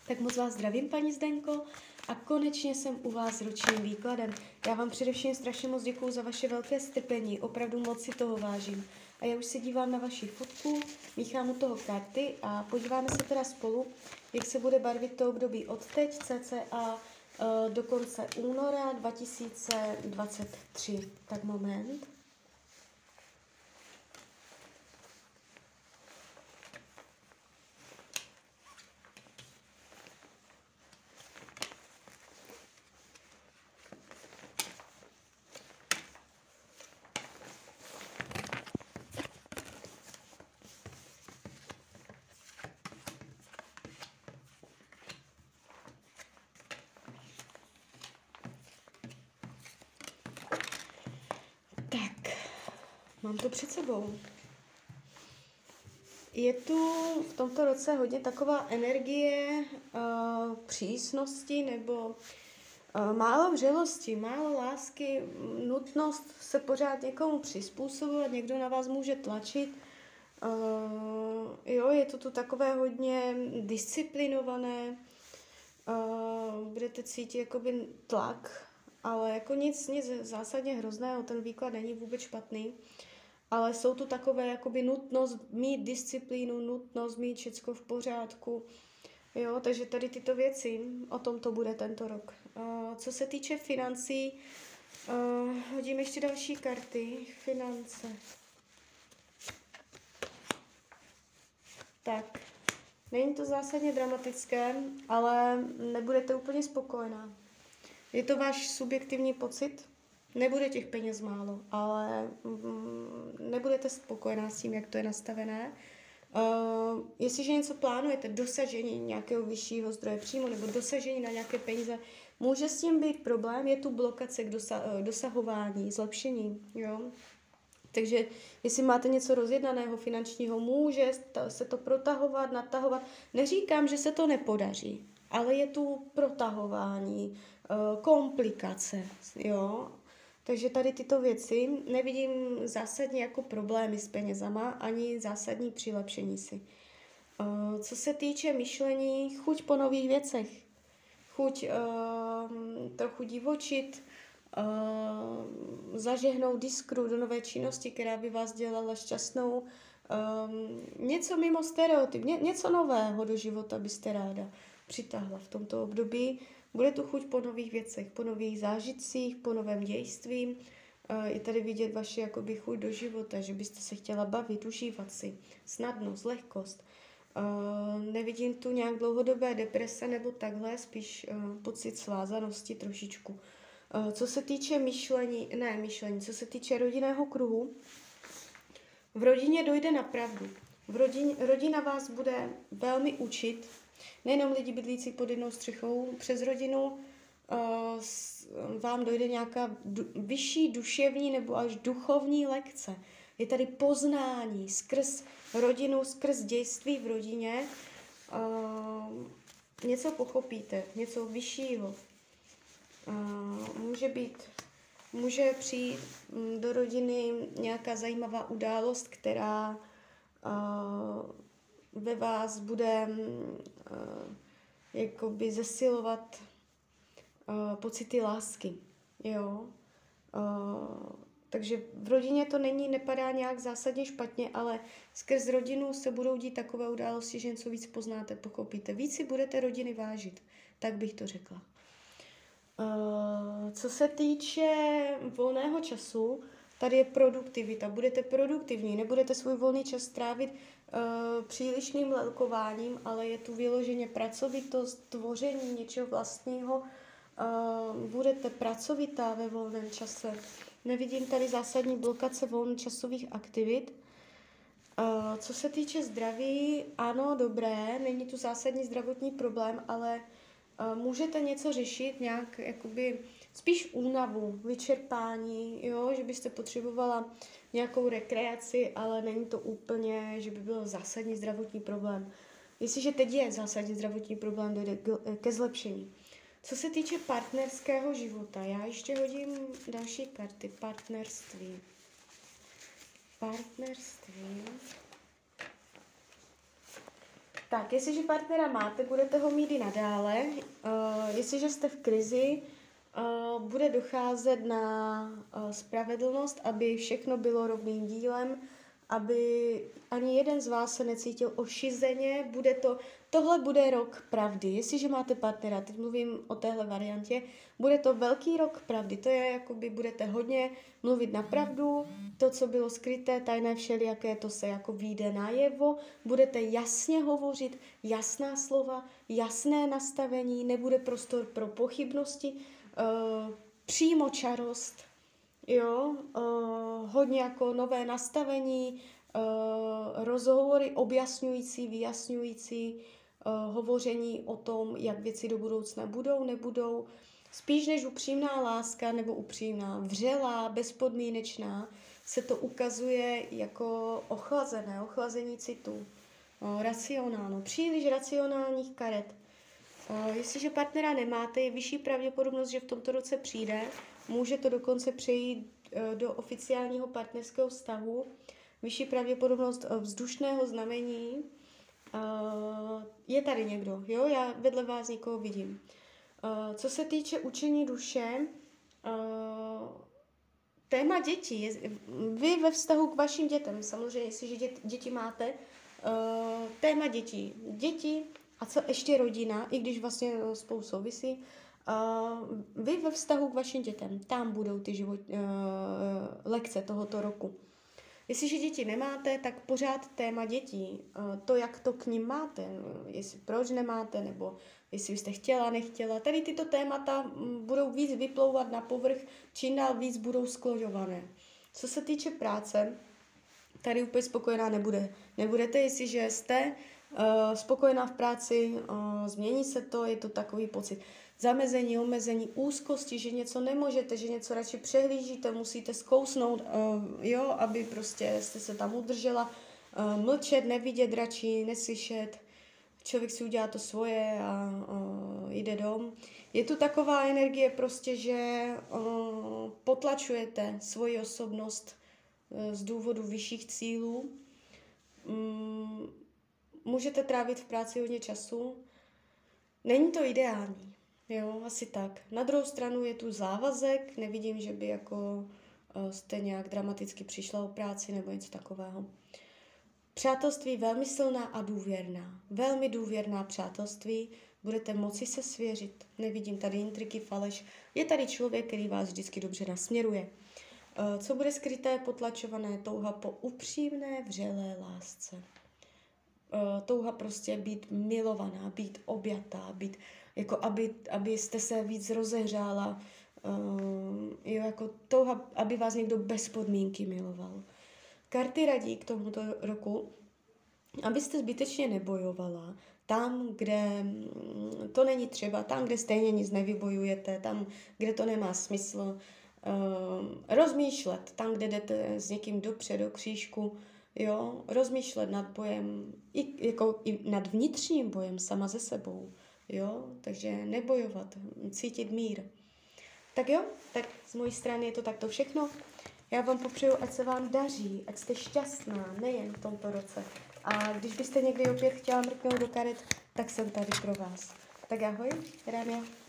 Tak moc vás zdravím, paní Zdenko, a konečně jsem u vás s ročním výkladem. Já vám především strašně moc děkuju za vaše velké strpení, opravdu moc si toho vážím. A já už se dívám na vaši fotku, míchám u toho karty a podíváme se teda spolu, jak se bude barvit to období od teď cca do konce února 2023. Tak moment. Tak, mám to před sebou. Je tu v tomto roce hodně taková energie přísnosti nebo málo vřelosti, málo lásky, nutnost se pořád někomu přizpůsobovat, někdo na vás může tlačit. Jo, je to tu takové hodně disciplinované, budete cítit jakoby tlak, ale jako nic zásadně hrozného, ten výklad není vůbec špatný, ale jsou tu takové jakoby nutnost mít disciplínu, nutnost mít všecko v pořádku, jo, takže tady tyto věci, o tom to bude tento rok. Co se týče financí, hodím ještě další karty, finance. Tak, není to zásadně dramatické, ale nebudete úplně spokojená. Je to váš subjektivní pocit? Nebude těch peněz málo, ale nebudete spokojená s tím, jak to je nastavené. Jestliže něco plánujete, dosažení nějakého vyššího zdroje příjmu nebo dosažení na nějaké peníze, může s tím být problém, je tu blokace k dosahování, zlepšení, jo. Takže jestli máte něco rozjednaného finančního, může se to protahovat, natahovat. Neříkám, že se to nepodaří, ale je tu protahování, komplikace, jo. Takže tady tyto věci nevidím zásadně jako problémy s penězama, ani zásadní přilepšení si. Co se týče myšlení, chuť po nových věcech, chuť trochu divočit, zažehnout jiskru do nové činnosti, která by vás dělala šťastnou, něco mimo stereotyp, něco nového do života byste ráda přitáhla v tomto období. Bude tu chuť po nových věcech, po nových zážitcích, po novém dějství. Je tady vidět vaše jakoby chuť do života, že byste se chtěla bavit, užívat si, snadnost, lehkost. Nevidím tu nějak dlouhodobé deprese nebo takhle, spíš pocit svázanosti trošičku. Co se týče co se týče rodinného kruhu, v rodině dojde na pravdu. Rodina vás bude velmi učit, nejenom lidi bydlící pod jednou střechou, přes rodinu vám dojde nějaká vyšší duševní nebo až duchovní lekce. Je tady poznání skrz rodinu, skrz dějství v rodině. Něco pochopíte, něco vyššího. Může přijít do rodiny nějaká zajímavá událost, která ve vás bude jakoby zesilovat pocity lásky. Jo? Takže v rodině to nepadá nějak zásadně špatně, ale skrz rodinu se budou dít takové události, že něco víc poznáte, pochopíte. Víc si budete rodiny vážit, tak bych to řekla. Co se týče volného času, tady je produktivita. Budete produktivní, nebudete svůj volný čas strávit přílišným lelkováním, ale je tu vyloženě pracovitost, tvoření něčeho vlastního. Budete pracovitá ve volném čase. Nevidím tady zásadní blokace volnočasových aktivit. Co se týče zdraví, ano, dobré, není tu zásadní zdravotní problém, ale můžete něco řešit, nějak jakoby spíš únavu, vyčerpání, jo, že byste potřebovala nějakou rekreaci, ale není to úplně, že by byl zásadní zdravotní problém. Jestliže teď je zásadní zdravotní problém, dojde ke zlepšení. Co se týče partnerského života, já ještě hodím další karty. Partnerství. Tak, jestliže partnera máte, budete ho mít i nadále. Jestliže jste v krizi, bude docházet na spravedlnost, aby všechno bylo rovným dílem, aby ani jeden z vás se necítil ošizeně. Tohle bude rok pravdy. Jestliže máte partnera, teď mluvím o téhle variantě, bude to velký rok pravdy. To je, jakoby budete hodně mluvit na pravdu, to, co bylo skryté, tajné, všelijaké, to se jako vyjde najevo. Budete jasně hovořit, jasná slova, jasné nastavení, nebude prostor pro pochybnosti, přímočarost, jo, hodně jako nové nastavení, rozhovory objasňující, vyjasňující, hovoření o tom, jak věci do budoucna budou, nebudou. Spíš než upřímná láska nebo upřímná, vřelá, bezpodmínečná, se to ukazuje jako ochlazení citu, racionálno, příliš racionálních karet. Jestliže partnera nemáte, je vyšší pravděpodobnost, že v tomto roce přijde. Může to dokonce přejít do oficiálního partnerského vztahu. Vyšší pravděpodobnost vzdušného znamení. Je tady někdo, jo? Já vedle vás někoho vidím. Co se týče učení duše, téma dětí, vy ve vztahu k vašim dětem, samozřejmě, jestliže děti máte, téma dětí. Děti a co ještě rodina, i když vlastně spolu souvisí, vy ve vztahu k vašim dětem, tam budou ty lekce tohoto roku. Jestliže děti nemáte, tak pořád téma dětí, to, jak to k ním máte, jestli proč nemáte, nebo jestli jste chtěla, nechtěla. Tady tyto témata budou víc vyplouvat na povrch, čím dál víc budou skloňované. Co se týče práce, tady úplně spokojená nebudete, jestliže jste spokojená v práci, změní se to, je to takový pocit zamezení, omezení, úzkosti, že něco nemůžete, že něco radši přehlížíte, musíte zkousnout, jo, aby prostě jste se tam udržela, mlčet, nevidět radši, neslyšet, člověk si udělá to svoje a jde dom. Je tu taková energie prostě, že potlačujete svoji osobnost z důvodu vyšších cílů. Můžete trávit v práci hodně času. Není to ideální, jo, asi tak. Na druhou stranu je tu závazek, nevidím, že by jako jste nějak dramaticky přišla o práci nebo něco takového. Přátelství velmi silná a důvěrná. Velmi důvěrná přátelství. Budete moci se svěřit. Nevidím tady intriky, faleš. Je tady člověk, který vás vždycky dobře nasměruje. Co bude skryté, potlačované? Touha po upřímné, vřelé lásce. Touha prostě být milovaná, být objatá, být, jako abyste se víc rozehřála. Jo, jako touha, aby vás někdo bez podmínky miloval. Karty radí k tomuto roku, abyste zbytečně nebojovala tam, kde to není třeba, tam, kde stejně nic nevybojujete, tam, kde to nemá smysl. Rozmýšlet tam, kde jdete s někým dopředu do křížku, jo, rozmýšlet nad bojem, i nad vnitřním bojem sama ze sebou, jo, takže nebojovat, cítit mír. Tak jo, tak z mojí strany je to takto všechno. Já vám popřeju, ať se vám daří, ať jste šťastná, nejen v tomto roce. A když byste někdy opět chtěla mrknout do karet, tak jsem tady pro vás. Tak ahoj, Rania.